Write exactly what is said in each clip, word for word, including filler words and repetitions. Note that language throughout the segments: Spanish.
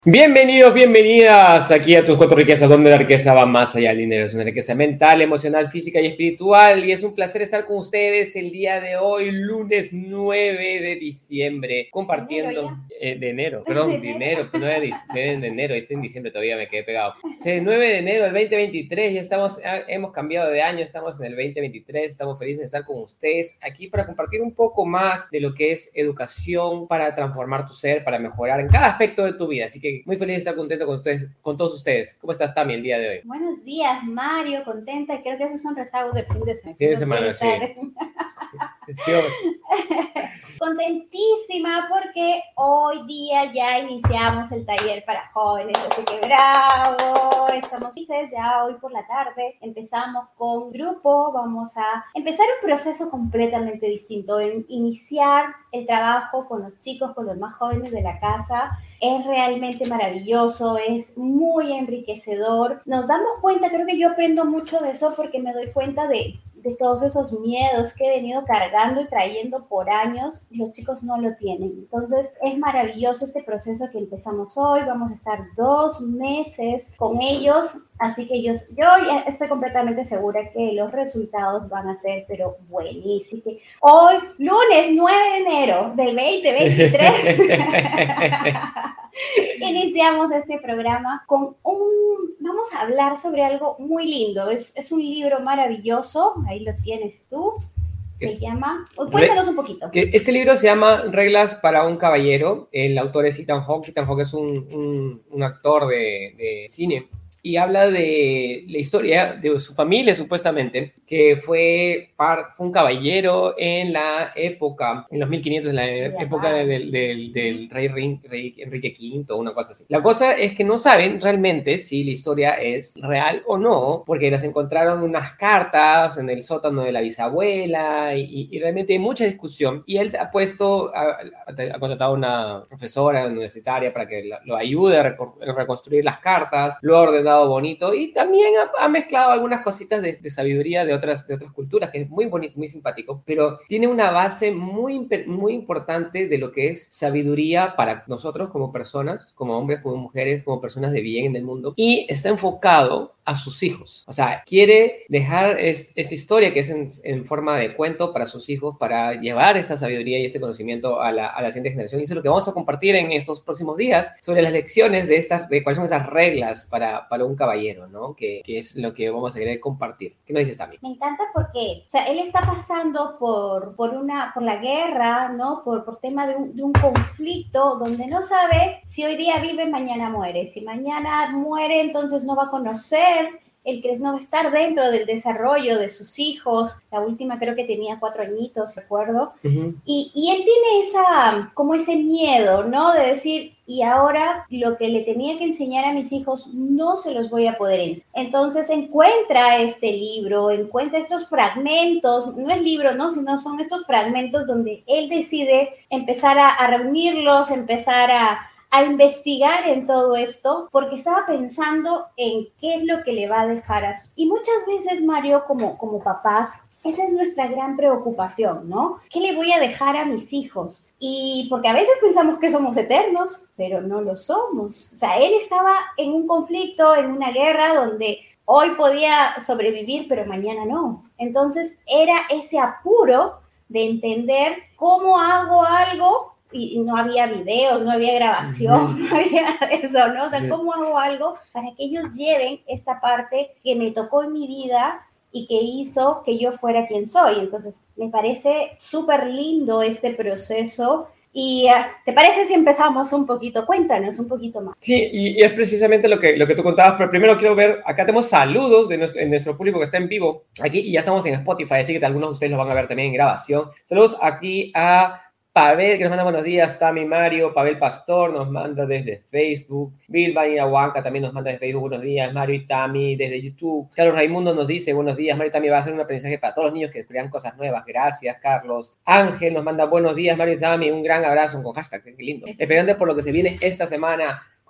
Bienvenidos, bienvenidas aquí a Tus Cuatro Riquezas, donde la riqueza va más allá del dinero. Es una riqueza mental, emocional, física y espiritual. Y es un placer estar con ustedes el día de hoy, lunes nueve de diciembre, compartiendo... Eh, de enero, perdón, de enero, nueve de enero, estoy en diciembre todavía, me quedé pegado. Sí, nueve de enero del veinte veintitrés, ya estamos, hemos cambiado de año, estamos en el veinte veintitrés, estamos felices de estar con ustedes aquí para compartir un poco más de lo que es educación para transformar tu ser, para mejorar en cada aspecto de tu vida. Así que muy feliz de estar contento con ustedes, con todos ustedes. ¿Cómo estás, Tami, el día de hoy? Buenos días, Mario, contenta. Creo que esos son rezagos de fin de semana. Fin de semana, sí. Sí, sí. Contentísima porque hoy día ya iniciamos el taller para jóvenes, así que bravo, estamos felices. Ya hoy por la tarde empezamos con grupo, vamos a empezar un proceso completamente distinto, en iniciar el trabajo con los chicos, con los más jóvenes de la casa. Es realmente maravilloso, es muy enriquecedor. Nos damos cuenta, creo que yo aprendo mucho de eso porque me doy cuenta de, de todos esos miedos que he venido cargando y trayendo por años. Los chicos no lo tienen. Entonces es maravilloso este proceso que empezamos hoy. Vamos a estar dos meses con ellos. Así que yo, yo ya estoy completamente segura que los resultados van a ser, pero buenísimos. Que hoy, lunes nueve de enero del veinte veintitrés, iniciamos este programa con un... Vamos a hablar sobre algo muy lindo. Es, es un libro maravilloso. Ahí lo tienes tú. Se llama... Cuéntanos un poquito. Este libro se llama Reglas para un caballero. El autor es Ethan Hawke. Ethan Hawke es un, un, un actor de, de cine. Y habla de la historia de su familia, supuestamente, que fue, par, fue un caballero en la época, en los mil quinientos, en la yeah, época de, de, de, del rey, rey Enrique quinto, una cosa así. La cosa es que no saben realmente si la historia es real o no, porque las encontraron unas cartas en el sótano de la bisabuela y, y realmente hay mucha discusión. Y él ha puesto, ha, ha contratado a una profesora universitaria para que lo ayude a reconstruir las cartas, lo ha ordenado bonito y también ha, ha mezclado algunas cositas de, de sabiduría de otras, de otras culturas, que es muy bonito, muy simpático, pero tiene una base muy, muy importante de lo que es sabiduría para nosotros como personas, como hombres, como mujeres, como personas de bien en el mundo, y está enfocado a sus hijos. O sea, quiere dejar es, esta historia que es en, en forma de cuento para sus hijos, para llevar esta sabiduría y este conocimiento a la, a la siguiente generación. Y eso es lo que vamos a compartir en estos próximos días sobre las lecciones de estas, de cuáles son esas reglas para, para un caballero, ¿no? Que, que es lo que vamos a querer compartir. ¿Qué nos dices, Tami? Me encanta porque, o sea, él está pasando por, por, una, por la guerra, ¿no? Por, por tema de un, de un conflicto donde no sabe si hoy día vive, mañana muere. Si mañana muere, entonces no va a conocer, el que no va a estar dentro del desarrollo de sus hijos. La última creo que tenía cuatro añitos, recuerdo. Uh-huh. Y, y él tiene esa, como ese miedo, ¿no? De decir, y ahora lo que le tenía que enseñar a mis hijos no se los voy a poder enseñar. Entonces encuentra este libro, encuentra estos fragmentos, no es libro, ¿no? Sino son estos fragmentos donde él decide empezar a, a reunirlos, empezar a a investigar en todo esto, porque estaba pensando en qué es lo que le va a dejar a su... Y muchas veces, Mario, como, como papás, esa es nuestra gran preocupación, ¿no? ¿Qué le voy a dejar a mis hijos? Y porque a veces pensamos que somos eternos, pero no lo somos. O sea, él estaba en un conflicto, en una guerra donde hoy podía sobrevivir, pero mañana no. Entonces era ese apuro de entender cómo hago algo. Y no había videos, no había grabación, uh-huh. no había eso, ¿no? O sea, ¿cómo hago algo para que ellos lleven esta parte que me tocó en mi vida y que hizo que yo fuera quien soy? Entonces, me parece súper lindo este proceso. ¿Y uh, te parece si empezamos un poquito? Cuéntanos un poquito más. Sí, y, y es precisamente lo que, lo que tú contabas, pero primero quiero ver, acá tenemos saludos de nuestro, en nuestro público que está en vivo, aquí, y ya estamos en Spotify, así que algunos de ustedes los van a ver también en grabación. Saludos aquí a Pavel, que nos manda buenos días, Tami, Mario, Pavel Pastor nos manda desde Facebook, Bilba y Aguanca también nos manda desde Facebook, buenos días, Mario y Tami, desde YouTube, Carlos Raimundo nos dice, buenos días, Mario y Tami, va a ser un aprendizaje para todos los niños que descubrirán cosas nuevas, gracias, Carlos. Ángel nos manda buenos días, Mario y Tami, un gran abrazo con hashtag, qué lindo. Esperando por lo que se viene esta semana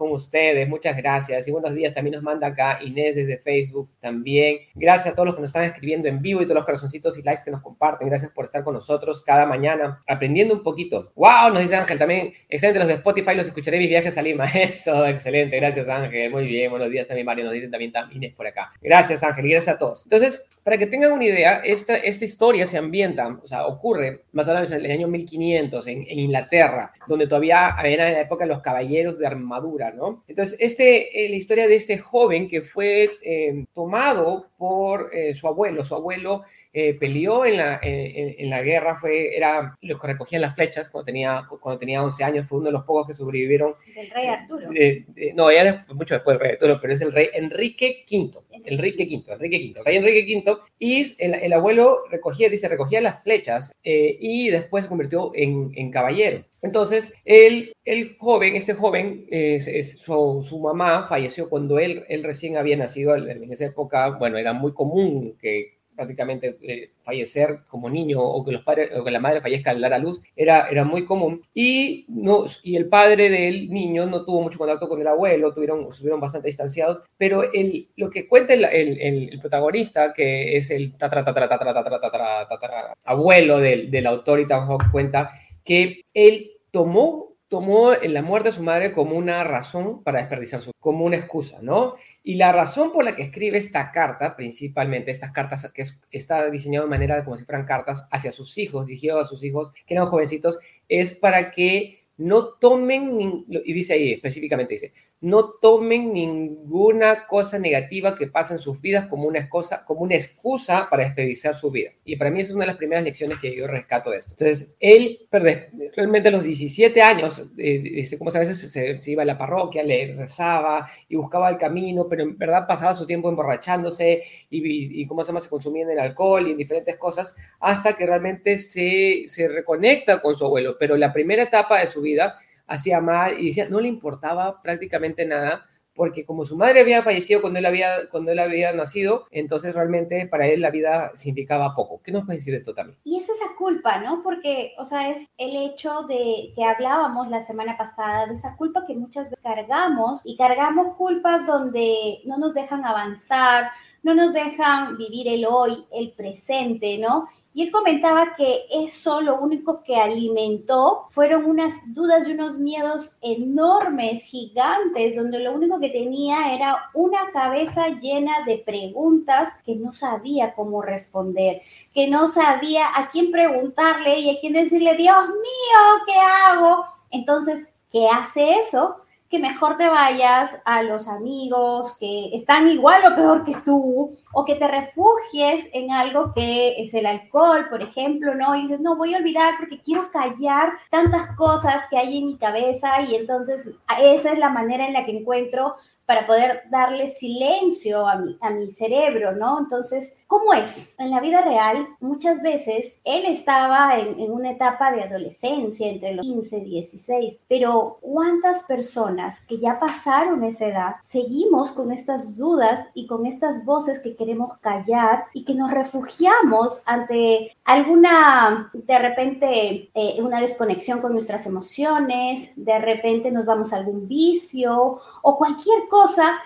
con ustedes, muchas gracias. Y buenos días también nos manda acá Inés desde Facebook también. Gracias a todos los que nos están escribiendo en vivo y todos los corazoncitos y likes que nos comparten. Gracias por estar con nosotros cada mañana aprendiendo un poquito. ¡Wow! Nos dice Ángel también. Excelente, los de Spotify los escucharé en mis viajes a Lima. Eso, excelente. Gracias, Ángel. Muy bien. Buenos días también, Mario. Nos dicen también Inés por acá. Gracias, Ángel. Y gracias a todos. Entonces, para que tengan una idea, esta, esta historia se ambienta, o sea, ocurre más o menos en el año mil quinientos en, en Inglaterra, donde todavía era en la época de los caballeros de armadura, ¿no? Entonces, este, eh, la historia de este joven que fue eh, tomado por eh, su abuelo. Su abuelo Eh, peleó en la, en, en la guerra, fue, era los que recogían las flechas cuando tenía, cuando tenía once años, fue uno de los pocos que sobrevivieron. Del rey Arturo. Eh, eh, no, ya después, mucho después del rey Arturo, pero es el rey Enrique quinto, Enrique quinto, Enrique quinto, el rey Enrique quinto, y el, el abuelo recogía, dice, recogía las flechas eh, y después se convirtió en, en caballero. Entonces, el, el joven, este joven, eh, es, su, su mamá falleció cuando él, él recién había nacido. En esa época, bueno, era muy común que prácticamente eh, fallecer como niño o que los padres o que la madre fallezca al dar a luz era, era muy común y, no, y el padre del niño no tuvo mucho contacto con el abuelo, tuvieron, estuvieron bastante distanciados, pero el, lo que cuenta el, el, el protagonista, que es el tatra, tatra, tatra, tatra, tatra, tatra, abuelo del, del autor Ethan Hawke, cuenta que él tomó tomó la muerte de su madre como una razón para desperdiciar su, como una excusa, ¿no? Y la razón por la que escribe esta carta, principalmente estas cartas que es, está diseñado de manera como si fueran cartas hacia sus hijos, dirigido a sus hijos que eran jovencitos, es para que no tomen, y dice ahí específicamente, dice, no tomen ninguna cosa negativa que pase en sus vidas como una excusa, como una excusa para desperdiciar su vida. Y para mí esa es una de las primeras lecciones que yo rescato de esto. Entonces, él realmente a los diecisiete años, eh, como a veces se, se iba a la parroquia, le rezaba y buscaba el camino, pero en verdad pasaba su tiempo emborrachándose y, y, y cómo se llama, se consumía en el alcohol y en diferentes cosas, hasta que realmente se, se reconecta con su abuelo. Pero la primera etapa de su vida hacía mal y decía, no le importaba prácticamente nada, porque como su madre había fallecido cuando él había, cuando él había nacido, entonces realmente para él la vida significaba poco. ¿Qué nos puede decir esto también? Y es esa culpa, ¿no? Porque, o sea, es el hecho de que hablábamos la semana pasada, de esa culpa que muchas veces cargamos, y cargamos culpas donde no nos dejan avanzar, no nos dejan vivir el hoy, el presente, ¿no? Y él comentaba que eso lo único que alimentó fueron unas dudas y unos miedos enormes, gigantes, donde lo único que tenía era una cabeza llena de preguntas que no sabía cómo responder, que no sabía a quién preguntarle y a quién decirle, Dios mío, ¿qué hago? Entonces, ¿qué hace eso? Que mejor te vayas a los amigos que están igual o peor que tú, o que te refugies en algo que es el alcohol, por ejemplo, ¿no? Y dices, no, voy a olvidar porque quiero callar tantas cosas que hay en mi cabeza y entonces esa es la manera en la que encuentro para poder darle silencio a mi, a mi cerebro, ¿no? Entonces, ¿cómo es? En la vida real, muchas veces, él estaba en, en una etapa de adolescencia, entre los quince y dieciséis, pero ¿cuántas personas que ya pasaron esa edad seguimos con estas dudas y con estas voces que queremos callar y que nos refugiamos ante alguna, de repente, eh, una desconexión con nuestras emociones, de repente nos vamos a algún vicio o cualquier cosa,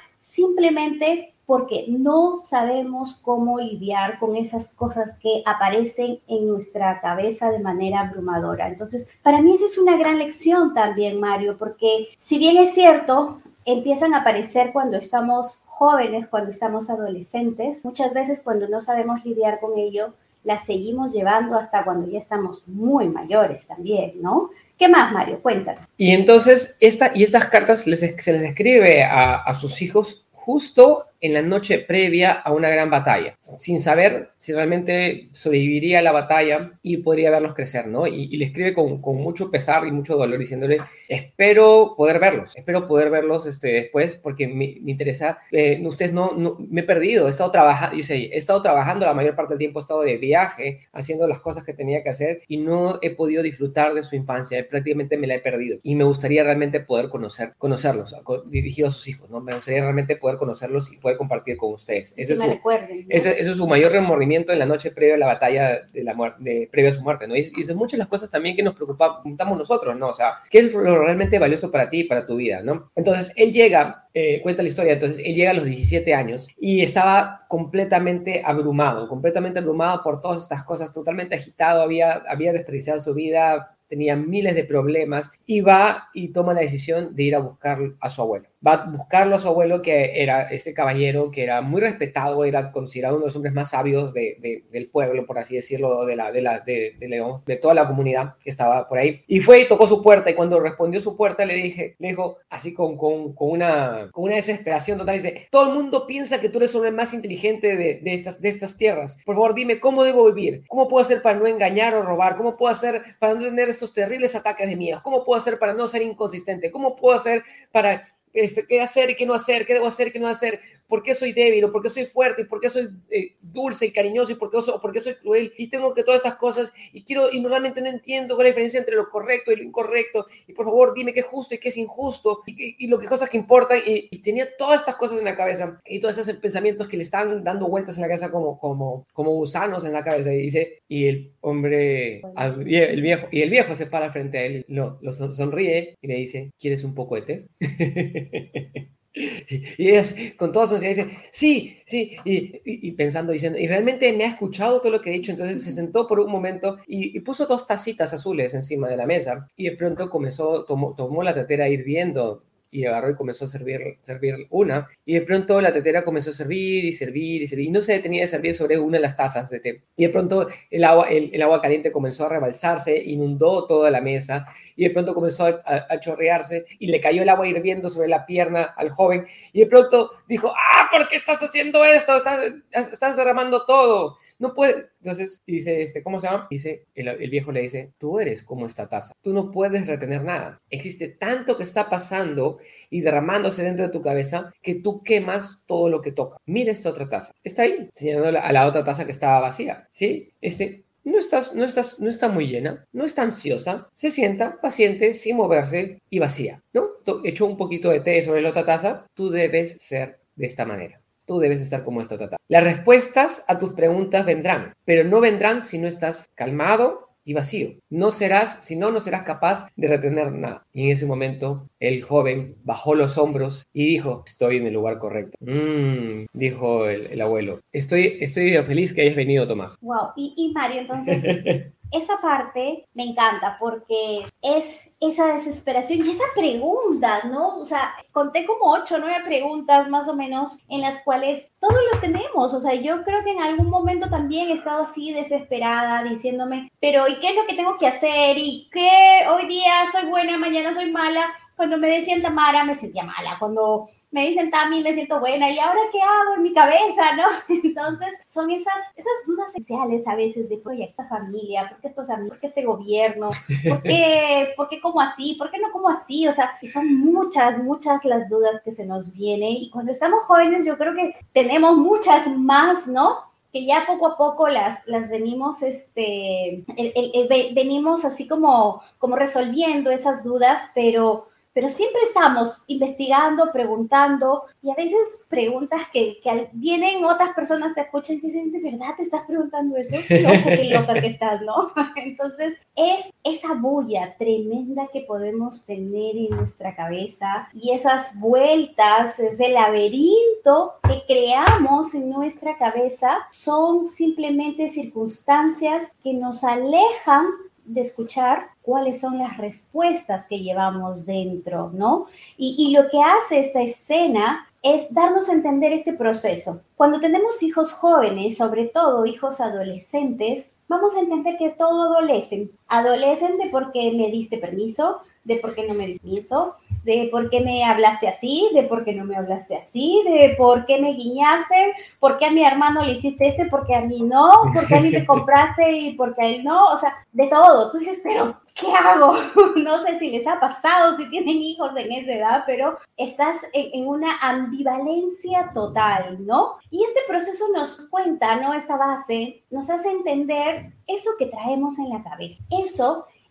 simplemente porque no sabemos cómo lidiar con esas cosas que aparecen en nuestra cabeza de manera abrumadora? Entonces, para mí esa es una gran lección también, Mario, porque si bien es cierto, empiezan a aparecer cuando estamos jóvenes, cuando estamos adolescentes, muchas veces cuando no sabemos lidiar con ello, las seguimos llevando hasta cuando ya estamos muy mayores también, ¿no? ¿Qué más, Mario? Cuéntanos. Y entonces, esta, y estas cartas les, se les escribe a, a sus hijos justo en la noche previa a una gran batalla, sin saber si realmente sobreviviría a la batalla y podría verlos crecer, ¿no? Y, y le escribe con, con mucho pesar y mucho dolor, diciéndole, espero poder verlos, espero poder verlos este, después, porque me, me interesa, eh, ustedes no, no, me he perdido, he estado trabajando, dice, he estado trabajando la mayor parte del tiempo, he estado de viaje, haciendo las cosas que tenía que hacer y no he podido disfrutar de su infancia, prácticamente me la he perdido y me gustaría realmente poder conocer, conocerlos, dirigido a sus hijos, ¿no? Me gustaría realmente poder conocerlos y poder compartir con ustedes. Eso, es me su, recuerden, ¿no? eso, eso es su mayor remordimiento en la noche previa a la batalla, de la muerte, de, previa a su muerte, ¿no? Y, y son muchas las cosas también que nos preguntamos nosotros, ¿no? O sea, ¿qué es lo realmente valioso para ti y para tu vida, ¿no? Entonces, él llega, eh, cuenta la historia, entonces, él llega a los diecisiete años y estaba completamente abrumado, completamente abrumado por todas estas cosas, totalmente agitado, había, había desperdiciado su vida, tenía miles de problemas y va y toma la decisión de ir a buscar a su abuelo. Va a buscarlo a su abuelo, que era este caballero que era muy respetado, era considerado uno de los hombres más sabios de, de, del pueblo, por así decirlo, de, la, de, la, de, de, de, de toda la comunidad que estaba por ahí. Y fue y tocó su puerta, y cuando respondió su puerta le, dije, le dijo, así con, con, con, una, con una desesperación total, dice, todo el mundo piensa que tú eres el hombre más inteligente de, de, estas, de estas tierras. Por favor, dime, ¿cómo debo vivir? ¿Cómo puedo hacer para no engañar o robar? ¿Cómo puedo hacer para no tener estos terribles ataques de miedo? ¿Cómo puedo hacer para no ser inconsistente? ¿Cómo puedo hacer para este, qué hacer y qué no hacer? ¿Qué debo hacer y qué no hacer? ¿Por qué soy débil? ¿O por qué soy fuerte? ¿Y por qué soy eh, dulce y cariñoso? ¿Y por qué, soy, por qué soy cruel? Y tengo que todas estas cosas y quiero y realmente no entiendo cuál es la diferencia entre lo correcto y lo incorrecto. Y por favor, dime qué es justo y qué es injusto y, y, y lo que cosas que importan. Y, y tenía todas estas cosas en la cabeza y todos esos pensamientos que le están dando vueltas en la cabeza como, como, como gusanos en la cabeza. Y dice, y el hombre, el viejo, y el viejo se para frente a él, lo, lo sonríe y le dice, ¿quieres un poco de té? Y ella con toda su ansiedad dice, sí, sí, y, y, y pensando, diciendo, y realmente me ha escuchado todo lo que he dicho. Entonces se sentó por un momento y, y puso dos tacitas azules encima de la mesa y de pronto comenzó, tomó, tomó la tetera hirviendo y agarró y comenzó a servir, servir una, y de pronto la tetera comenzó a servir y servir y servir, y no se detenía de servir sobre una de las tazas de té, y de pronto el agua, el, el agua caliente comenzó a rebalsarse, inundó toda la mesa, y de pronto comenzó a, a, a chorrearse, y le cayó el agua hirviendo sobre la pierna al joven, y de pronto dijo, ¡ah! ¿Por qué estás haciendo esto? Estás, estás derramando todo. No puede. Entonces dice, este, ¿cómo se llama? Dice, el, el viejo le dice, tú eres como esta taza. Tú no puedes retener nada. Existe tanto que está pasando y derramándose dentro de tu cabeza que tú quemas todo lo que toca. Mira esta otra taza. Está ahí, señalando a la otra taza que estaba vacía. ¿Sí? Este, no, estás, no, estás, no está muy llena, no está ansiosa, se sienta paciente, sin moverse y vacía, ¿no? Echó un poquito de té sobre la otra taza. Tú debes ser de esta manera. Tú debes estar como esta tata. Las respuestas a tus preguntas vendrán, pero no vendrán si no estás calmado y vacío. No serás, si no, no serás capaz de retener nada. Y en ese momento, el joven bajó los hombros y dijo, estoy en el lugar correcto. Mmm, dijo el, el abuelo. Estoy, estoy feliz que hayas venido, Tomás. Wow. Y, y Mario, entonces, esa parte me encanta porque es esa desesperación y esa pregunta, ¿no? O sea, conté como ocho o nueve preguntas más o menos en las cuales todos los tenemos. O sea, yo creo que en algún momento también he estado así desesperada diciéndome, pero ¿y qué es lo que tengo que hacer? ¿Y qué hoy día soy buena, mañana soy mala? Cuando me decían Tamara, me sentía mala. Cuando me dicen Tami, me siento buena. ¿Y ahora qué hago en mi cabeza, no? Entonces, son esas, esas dudas esenciales a veces de, oye, esta familia, ¿por qué estos amigos? ¿Por qué este gobierno? ¿Por qué, ¿Por qué como así? ¿Por qué no como así? O sea, y son muchas, muchas las dudas que se nos vienen. Y cuando estamos jóvenes, yo creo que tenemos muchas más, ¿no? Que ya poco a poco las, las venimos, este, el, el, el, venimos así como, como resolviendo esas dudas, pero... pero siempre estamos investigando, preguntando, y a veces preguntas que, que vienen otras personas, te escuchan y te dicen, ¿de verdad te estás preguntando eso? Qué loco, qué loca que estás, ¿no? Entonces, es esa bulla tremenda que podemos tener en nuestra cabeza y esas vueltas, ese laberinto que creamos en nuestra cabeza, son simplemente circunstancias que nos alejan de escuchar cuáles son las respuestas que llevamos dentro, ¿no? Y, y lo que hace esta escena es darnos a entender este proceso. Cuando tenemos hijos jóvenes, sobre todo hijos adolescentes, vamos a entender que todo adolecen. Adolecen de por qué me diste permiso, de por qué no me diste permiso, de por qué me hablaste así, de por qué no me hablaste así, de por qué me guiñaste, por qué a mi hermano le hiciste este, por qué a mí no, por qué a mí me compraste y por qué a él no, o sea, de todo. Tú dices, pero ¿qué hago? No sé si les ha pasado, si tienen hijos en esa edad, pero estás en, en una ambivalencia total, ¿no? Y este proceso nos cuenta, ¿no? Esta base nos hace entender eso que traemos en la cabeza. Eso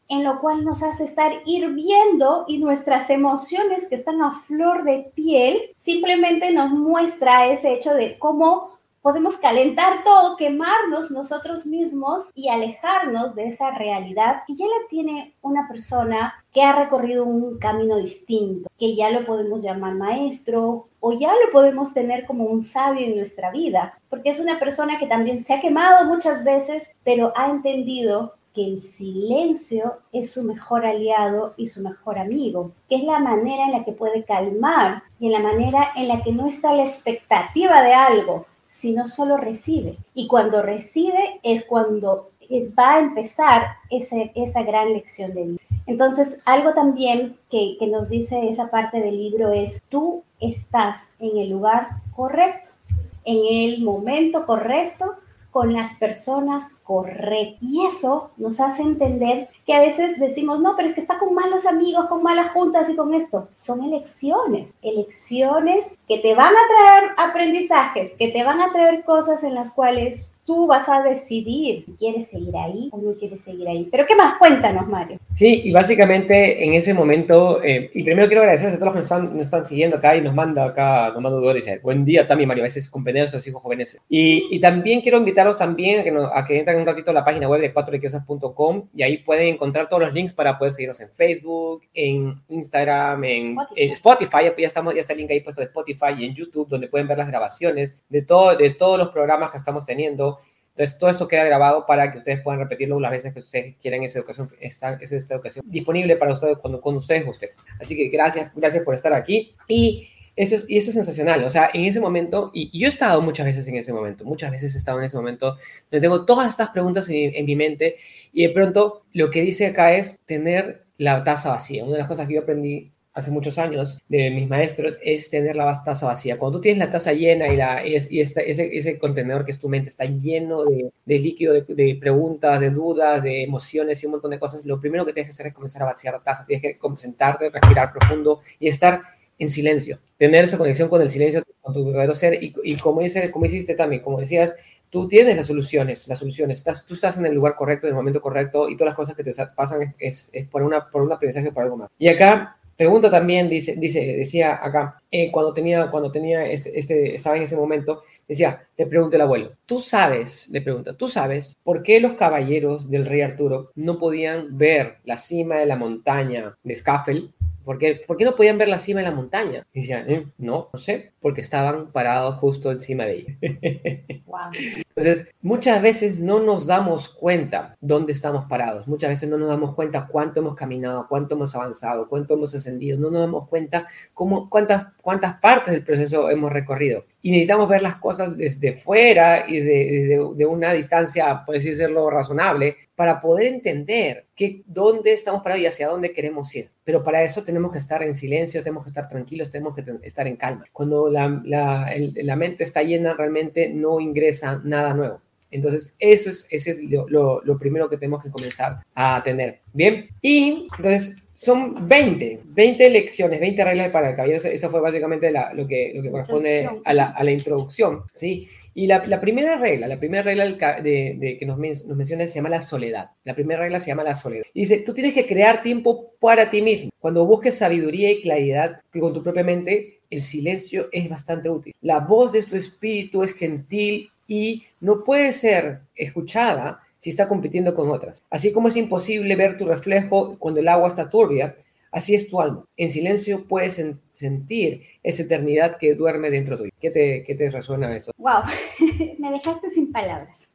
en lo cual nos hace estar hirviendo y nuestras emociones que están a flor de piel simplemente nos muestra ese hecho de cómo podemos calentar todo, quemarnos nosotros mismos y alejarnos de esa realidad que ya la tiene una persona que ha recorrido un camino distinto, que ya lo podemos llamar maestro o ya lo podemos tener como un sabio en nuestra vida, porque es una persona que también se ha quemado muchas veces, pero ha entendido que el silencio es su mejor aliado y su mejor amigo, que es la manera en la que puede calmar y en la manera en la que no está a la expectativa de algo, sino solo recibe. Y cuando recibe es cuando va a empezar ese, esa gran lección de vida. Entonces, algo también que, que nos dice esa parte del libro es, tú estás en el lugar correcto, en el momento correcto, con las personas correctas. Y eso nos hace entender que a veces decimos, no, pero es que está con malos amigos, con malas juntas y con esto. Son elecciones, elecciones que te van a traer aprendizajes, que te van a traer cosas en las cuales tú vas a decidir si quieres seguir ahí o no quieres seguir ahí. Pero ¿qué más? Cuéntanos, Mario. Sí, y básicamente en ese momento, eh, y primero quiero agradecer a todos los que nos están, nos están siguiendo acá y nos manda acá, nos manda Doris, buen día también, Mario, a veces compañeros de los hijos jóvenes. Y, y también quiero invitarlos también a que, nos, a que entren un ratito a la página web de cuatro riquezas punto com y ahí pueden encontrar todos los links para poder seguirnos en Facebook, en Instagram, en Spotify, en Spotify ya, estamos, ya está el link ahí puesto de Spotify y en YouTube, donde pueden ver las grabaciones de, todo, de todos los programas que estamos teniendo. Entonces, todo esto queda grabado para que ustedes puedan repetirlo las veces que ustedes quieran. Esa educación está, esa esta educación disponible para ustedes cuando, cuando ustedes gusten. Así que gracias, gracias por estar aquí. Y eso es, y eso es sensacional. O sea, en ese momento, y, y yo he estado muchas veces en ese momento, muchas veces he estado en ese momento donde tengo todas estas preguntas en, en mi mente y de pronto lo que dice acá es tener la taza vacía. Una de las cosas que yo aprendí hace muchos años de mis maestros es tener la taza vacía. Cuando tú tienes la taza llena y, la, y, y esta, ese, ese contenedor que es tu mente está lleno de, de líquido, de, de preguntas, de dudas, de emociones y un montón de cosas, lo primero que tienes que hacer es comenzar a vaciar la taza. Tienes que sentarte, respirar profundo y estar en silencio. Tener esa conexión con el silencio, con tu verdadero ser. Y, y como, dice, como hiciste también, como decías, tú tienes las soluciones, las soluciones. Estás, tú estás en el lugar correcto, en el momento correcto y todas las cosas que te pasan es, es, es por, una, por un aprendizaje, por algo más. Y acá pregunta también, dice, dice, decía acá, eh, cuando tenía, cuando tenía este, este, estaba en ese momento, decía, le pregunta el abuelo, tú sabes, le pregunta, tú sabes por qué los caballeros del rey Arturo no podían ver la cima de la montaña de Scafell. ¿Por qué, ¿Por qué no podían ver la cima de la montaña? Y decían, eh, no, no sé, porque estaban parados justo encima de ella. Wow. Entonces, muchas veces no nos damos cuenta dónde estamos parados. Muchas veces no nos damos cuenta cuánto hemos caminado, cuánto hemos avanzado, cuánto hemos ascendido. No nos damos cuenta cómo, cuántas, cuántas partes del proceso hemos recorrido. Y necesitamos ver las cosas desde fuera y de, de, de una distancia, por así decirlo, razonable, para poder entender que, dónde estamos parados y hacia dónde queremos ir. Pero para eso tenemos que estar en silencio, tenemos que estar tranquilos, tenemos que estar en calma. Cuando la, la, el, la mente está llena, realmente no ingresa nada nuevo. Entonces, eso es, ese es lo, lo, lo primero que tenemos que comenzar a tener. Bien, y entonces son veinte, veinte lecciones, veinte reglas para el caballero. Esto fue básicamente la, lo, que, lo que corresponde a la, a la introducción, ¿sí? Y la, la primera regla, la primera regla de, de que nos, nos menciona se llama la soledad. La primera regla se llama la soledad. Y dice, tú tienes que crear tiempo para ti mismo. Cuando busques sabiduría y claridad que con tu propia mente, el silencio es bastante útil. La voz de tu espíritu es gentil y no puede ser escuchada si está compitiendo con otras. Así como es imposible ver tu reflejo cuando el agua está turbia, así es tu alma. En silencio puedes en sentir esa eternidad que duerme dentro tuyo. ¿Qué te, qué te resuena eso? Wow, me dejaste sin palabras.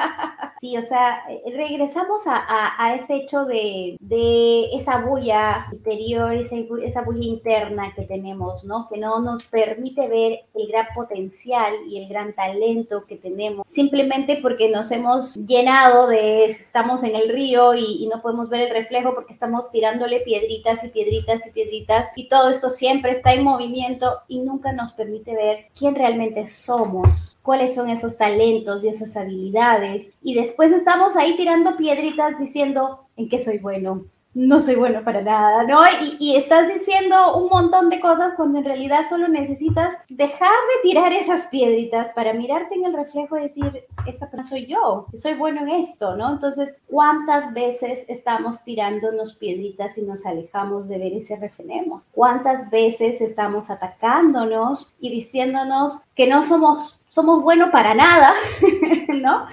Sí, o sea, regresamos a, a, a ese hecho de, de esa bulla interior, esa, esa bulla interna que tenemos, ¿no? Que no nos permite ver el gran potencial y el gran talento que tenemos, simplemente porque nos hemos llenado de, estamos en el río y, y no podemos ver el reflejo porque estamos tirándole piedritas y piedritas y piedritas y todo esto siempre está en movimiento y nunca nos permite ver quién realmente somos, cuáles son esos talentos y esas habilidades. Y después estamos ahí tirando piedritas diciendo en qué soy bueno, no soy bueno para nada, ¿no? Y, y estás diciendo un montón de cosas cuando en realidad solo necesitas dejar de tirar esas piedritas para mirarte en el reflejo y decir, esta persona soy yo, soy bueno en esto, ¿no? Entonces, ¿cuántas veces estamos tirándonos piedritas y nos alejamos de ver ese refrenemos? ¿Cuántas veces estamos atacándonos y diciéndonos que no somos, somos buenos para nada, ¿no?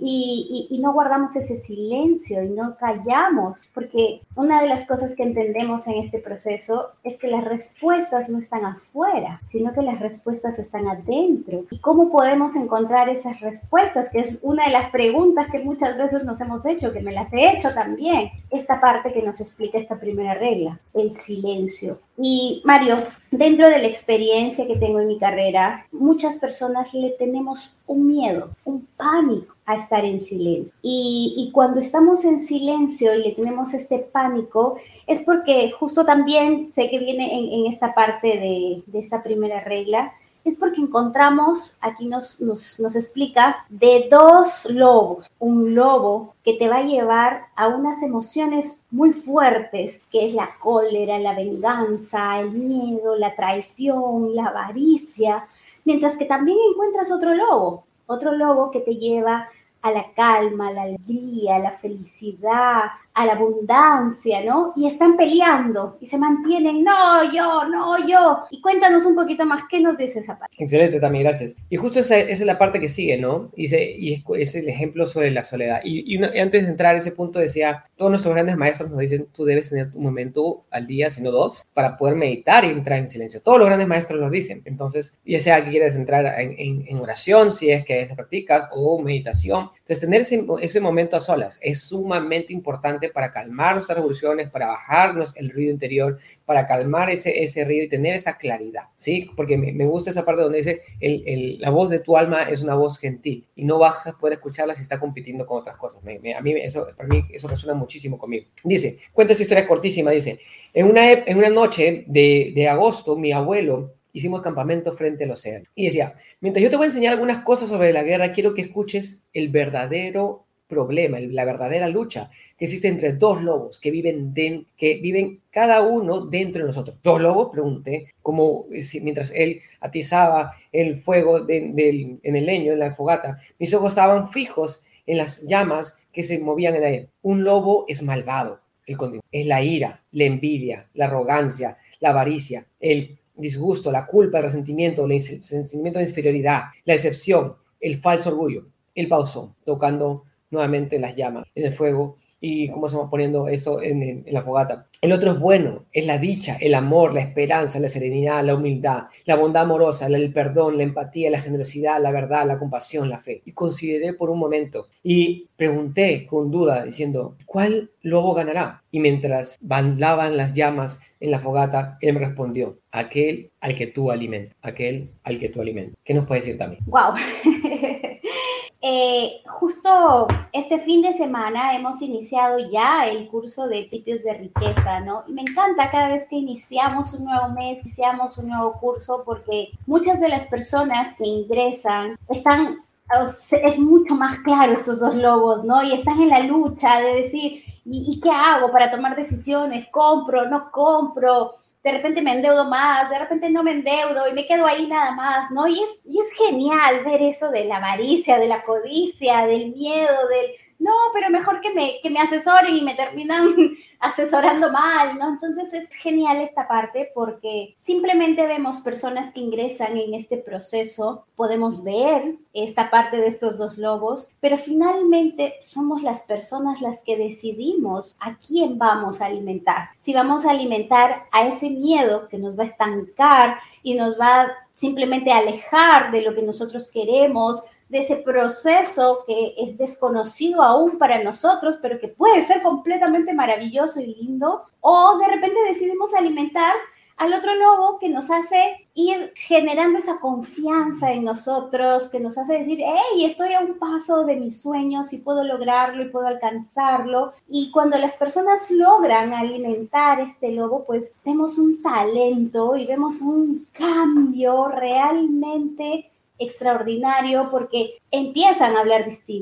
Y, y, y no guardamos ese silencio y no callamos, porque una de las cosas que entendemos en este proceso es que las respuestas no están afuera, sino que las respuestas están adentro. ¿Y cómo podemos encontrar esas respuestas? Que es una de las preguntas que muchas veces nos hemos hecho, que me las he hecho también. Esta parte que nos explica esta primera regla, el silencio. Y Mario, dentro de la experiencia que tengo en mi carrera, muchas personas le tenemos un miedo, un pánico a estar en silencio. Y, y cuando estamos en silencio y le tenemos este pánico, es porque justo también sé que viene en, en esta parte de, de esta primera regla, es porque encontramos, aquí nos, nos, nos explica, de dos lobos. Un lobo que te va a llevar a unas emociones muy fuertes, que es la cólera, la venganza, el miedo, la traición, la avaricia, mientras que también encuentras otro lobo, otro lobo que te lleva a la calma, a la alegría, a la felicidad, a la abundancia, ¿no? Y están peleando y se mantienen, no, yo, no, yo. Y cuéntanos un poquito más, ¿qué nos dice esa parte? Excelente, también, gracias. Y justo esa, esa es la parte que sigue, ¿no? Y, se, y es, es el ejemplo sobre la soledad. Y, y, una, y antes de entrar a ese punto decía, todos nuestros grandes maestros nos dicen, tú debes tener un momento al día, sino dos, para poder meditar y entrar en silencio. Todos los grandes maestros nos dicen. Entonces, ya sea que quieras entrar en, en, en oración, si es que practicas, o meditación. Entonces, tener ese, ese momento a solas es sumamente importante para calmar nuestras revoluciones, para bajarnos el ruido interior, para calmar ese, ese ruido y tener esa claridad, ¿sí? Porque me, me gusta esa parte donde dice, el, el, la voz de tu alma es una voz gentil y no vas a poder escucharla si está compitiendo con otras cosas. Me, me, a mí eso, para mí eso resuena muchísimo conmigo. Dice, cuenta esta historia cortísima, dice, en una, en una noche de, de agosto, mi abuelo hicimos campamento frente al océano. Y decía, mientras yo te voy a enseñar algunas cosas sobre la guerra, quiero que escuches el verdadero problema, la verdadera lucha que existe entre dos lobos que viven, de, que viven cada uno dentro de nosotros. ¿Dos lobos? Pregunté, como si, mientras él atizaba el fuego de, de, en el leño, en la fogata, mis ojos estaban fijos en las llamas que se movían en él. Un lobo es malvado, el continuo. Es la ira, la envidia, la arrogancia, la avaricia, el disgusto, la culpa, el resentimiento, el sentimiento de inferioridad, la decepción, el falso orgullo, el pausón, tocando nuevamente las llamas en el fuego y cómo estamos poniendo eso en, en, en la fogata. El otro es bueno, es la dicha, el amor, la esperanza, la serenidad, la humildad, la bondad amorosa, el perdón, la empatía, la generosidad, la verdad, la compasión, la fe. Y consideré por un momento y pregunté con duda diciendo, ¿cuál lobo ganará? Y mientras bailaban las llamas en la fogata, él me respondió, aquel al que tú alimentas, aquel al que tú alimentas. ¿Qué nos puede decir también? Wow. Eh, justo este fin de semana hemos iniciado ya el curso de principios de riqueza, ¿no? Y me encanta cada vez que iniciamos un nuevo mes, iniciamos un nuevo curso, porque muchas de las personas que ingresan están, es mucho más claro estos dos lobos, ¿no? Y están en la lucha de decir, ¿y, y qué hago para tomar decisiones? ¿Compro? ¿No compro? De repente me endeudo más, de repente no me endeudo y me quedo ahí nada más, ¿no? Y es, y es genial ver eso de la avaricia, de la codicia, del miedo, del, no, pero mejor que me, que me asesoren y me terminan asesorando mal, ¿no? Entonces es genial esta parte porque simplemente vemos personas que ingresan en este proceso, podemos ver esta parte de estos dos lobos, pero finalmente somos las personas las que decidimos a quién vamos a alimentar. Si vamos a alimentar a ese miedo que nos va a estancar y nos va a simplemente alejar de lo que nosotros queremos, de ese proceso que es desconocido aún para nosotros, pero que puede ser completamente maravilloso y lindo, o de repente decidimos alimentar al otro lobo que nos hace ir generando esa confianza en nosotros, que nos hace decir, hey, estoy a un paso de mis sueños y puedo lograrlo y puedo alcanzarlo. Y cuando las personas logran alimentar este lobo, pues vemos un talento y vemos un cambio realmente extraordinario porque empiezan a hablar distinto,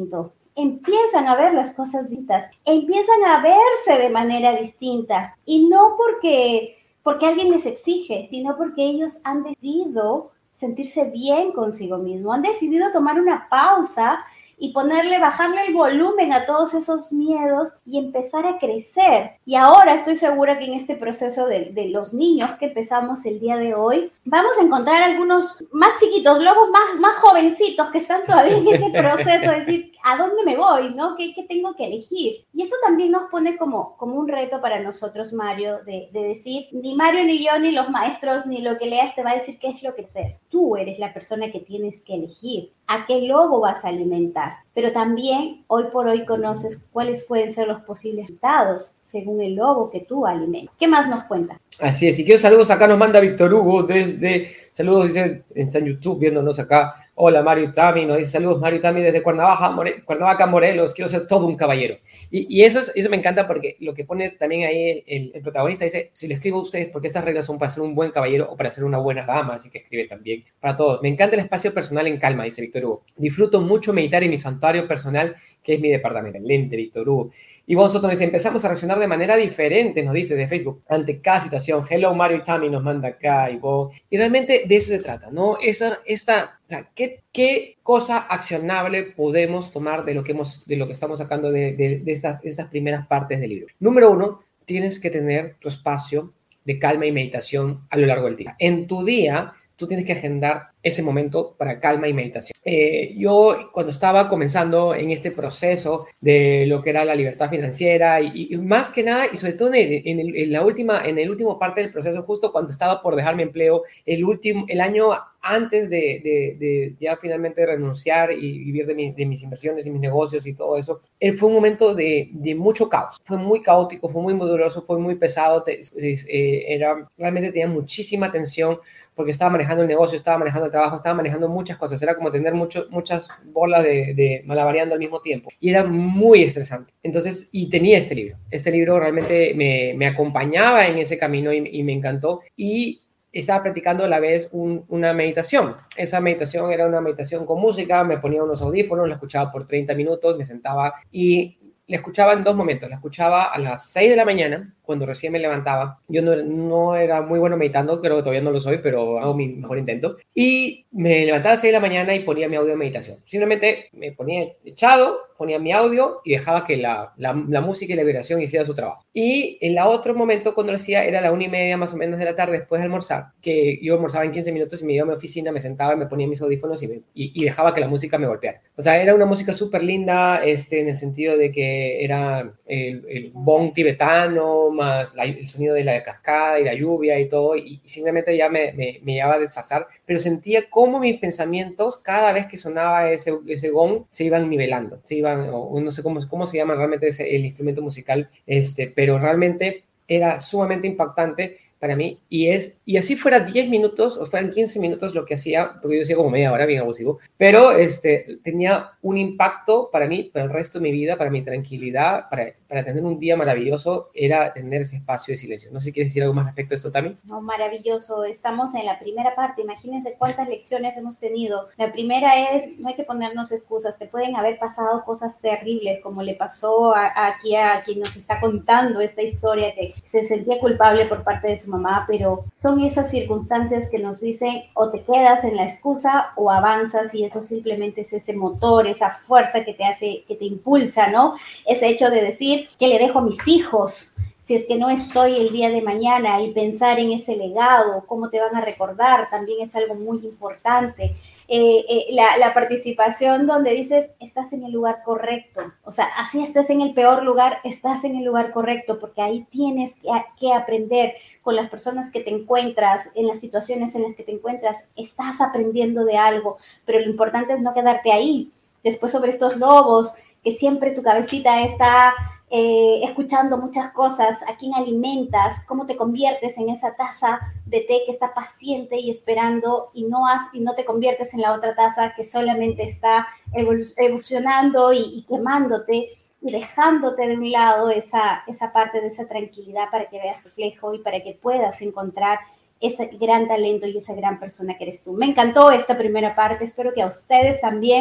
empiezan a ver las cosas distintas, empiezan a verse de manera distinta, y no porque, porque alguien les exige, sino porque ellos han decidido sentirse bien consigo mismo, han decidido tomar una pausa y ponerle, bajarle el volumen a todos esos miedos y empezar a crecer. Y ahora estoy segura que en este proceso de, de los niños que empezamos el día de hoy, vamos a encontrar algunos más chiquitos, lobos más, más jovencitos que están todavía en ese proceso de decir, ¿a dónde me voy? ¿No? ¿Qué, qué tengo que elegir? Y eso también nos pone como, como un reto para nosotros, Mario, de, de decir, ni Mario, ni yo, ni los maestros, ni lo que leas te va a decir qué es lo que hacer. Tú eres la persona que tienes que elegir a qué lobo vas a alimentar. Pero también hoy por hoy conoces cuáles pueden ser los posibles resultados según el lobo que tú alimentas. ¿Qué más nos cuenta? Así es, y quiero saludos acá, nos manda Víctor Hugo desde, saludos, dice, está en YouTube viéndonos acá. Hola Mario Tami, nos dice saludos Mario Tami desde Cuernavaca, More, Cuernavaca, Morelos, quiero ser todo un caballero. Y, y eso, es, eso me encanta porque lo que pone también ahí el, el, el protagonista dice, si le escribo a ustedes, porque estas reglas son para ser un buen caballero o para ser una buena dama, así que escribe también para todos. Me encanta el espacio personal en calma, dice Víctor Hugo. Disfruto mucho meditar en mi santuario personal, que es mi departamento. Excelente, Víctor Hugo. Y Ivonne Soto nos dice, empezamos a reaccionar de manera diferente, nos dice de Facebook, ante cada situación. Hello, Mario y Tami nos manda acá, Ivonne. Y realmente de eso se trata, ¿no? Esta, esta, o sea, ¿qué, qué cosa accionable podemos tomar de lo que, hemos, de lo que estamos sacando de, de, de, estas, de estas primeras partes del libro? Número uno, tienes que tener tu espacio de calma y meditación a lo largo del día. En tu día, tú tienes que agendar ese momento para calma y meditación. Eh, yo cuando estaba comenzando en este proceso de lo que era la libertad financiera y, y más que nada y sobre todo en, en, el, en la última en el último parte del proceso, justo cuando estaba por dejar mi empleo, el último el año antes de, de, de ya finalmente renunciar y vivir de, mi, de mis inversiones y mis negocios y todo eso, él fue un momento de, de mucho caos. Fue muy caótico, fue muy doloroso, fue muy pesado. Te, eh, era, realmente tenía muchísima tensión porque estaba manejando el negocio, estaba manejando el trabajo, estaba manejando muchas cosas. Era como tener mucho, muchas bolas de, de malabareando al mismo tiempo. Y era muy estresante. Entonces, y tenía este libro. Este libro realmente me, me acompañaba en ese camino y, y me encantó. Y estaba practicando a la vez un, una meditación. Esa meditación era una meditación con música. Me ponía unos audífonos, la escuchaba por treinta minutos, me sentaba y la escuchaba en dos momentos. La escuchaba a las seis de la mañana, cuando recién me levantaba. Yo no, no era muy bueno meditando, creo que todavía no lo soy, pero hago mi mejor intento. Y me levantaba a las seis de la mañana y ponía mi audio de meditación. Simplemente me ponía echado, ponía mi audio y dejaba que la, la, la música y la vibración hiciera su trabajo. Y en el otro momento, cuando lo hacía, era la una y media más o menos de la tarde, después de almorzar, que yo almorzaba en quince minutos y me iba a mi oficina, me sentaba y me ponía mis audífonos y, me, y, y dejaba que la música me golpeara. O sea, era una música súper linda, este, en el sentido de que era el, el bong tibetano, más la, el sonido de la cascada y la lluvia y todo, y, y simplemente ya me, me, me llevaba a desfasar, pero sentía cómo mis pensamientos, cada vez que sonaba ese, ese gong, se iban nivelando, se iban, o no sé cómo, cómo se llama realmente ese, el instrumento musical, este, pero realmente era sumamente impactante para mí, y, es, y así fuera diez minutos o fueran quince minutos lo que hacía, porque yo decía como media hora, bien abusivo, pero este, tenía un impacto para mí, para el resto de mi vida, para mi tranquilidad, para, para tener un día maravilloso, era tener ese espacio de silencio. No sé si quieres decir algo más respecto a esto también. No, maravilloso, estamos en la primera parte, imagínense cuántas lecciones hemos tenido. La primera es, no hay que ponernos excusas, te pueden haber pasado cosas terribles, como le pasó a, a aquí a quien nos está contando esta historia, que se sentía culpable por parte de su mamá, pero son esas circunstancias que nos dicen o te quedas en la excusa o avanzas, y eso simplemente es ese motor, esa fuerza que te hace, que te impulsa, ¿no? Ese hecho de decir, ¿qué le dejo a mis hijos si es que no estoy el día de mañana? Y pensar en ese legado, cómo te van a recordar, también es algo muy importante. Eh, eh, la, la participación donde dices, estás en el lugar correcto, o sea, así estés en el peor lugar, estás en el lugar correcto, porque ahí tienes que, que aprender con las personas que te encuentras, en las situaciones en las que te encuentras, estás aprendiendo de algo, pero lo importante es no quedarte ahí. Después, sobre estos lobos, que siempre tu cabecita está Eh, escuchando muchas cosas, a quién alimentas, cómo te conviertes en esa taza de té que está paciente y esperando, y no, has, y no te conviertes en la otra taza que solamente está evolucionando y, y quemándote y dejándote de un lado esa, esa parte de esa tranquilidad para que veas reflejo y para que puedas encontrar ese gran talento y esa gran persona que eres tú. Me encantó esta primera parte, espero que a ustedes también.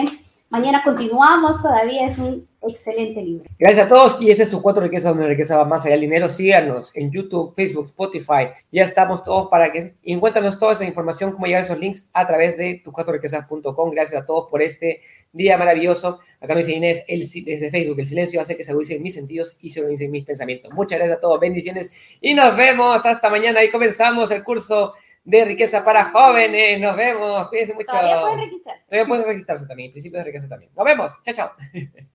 Mañana continuamos, todavía es un excelente libro. Gracias a todos y este es tu Cuatro Riquezas, donde la riqueza va más allá del dinero. Síganos en YouTube, Facebook, Spotify. Ya estamos todos para que encuéntranos toda esa información, cómo llegar a esos links a través de tu cuatro riquezas punto com. Gracias a todos por este día maravilloso. Acá me dice Inés, el, desde Facebook, el silencio hace que se agudicen mis sentidos y se organicen mis pensamientos. Muchas gracias a todos, bendiciones y nos vemos hasta mañana. Ahí comenzamos el curso de riqueza para jóvenes. Nos vemos, cuídense mucho. Todavía pueden registrarse. Todavía pueden registrarse también, principios de riqueza también. Nos vemos, chao, chao.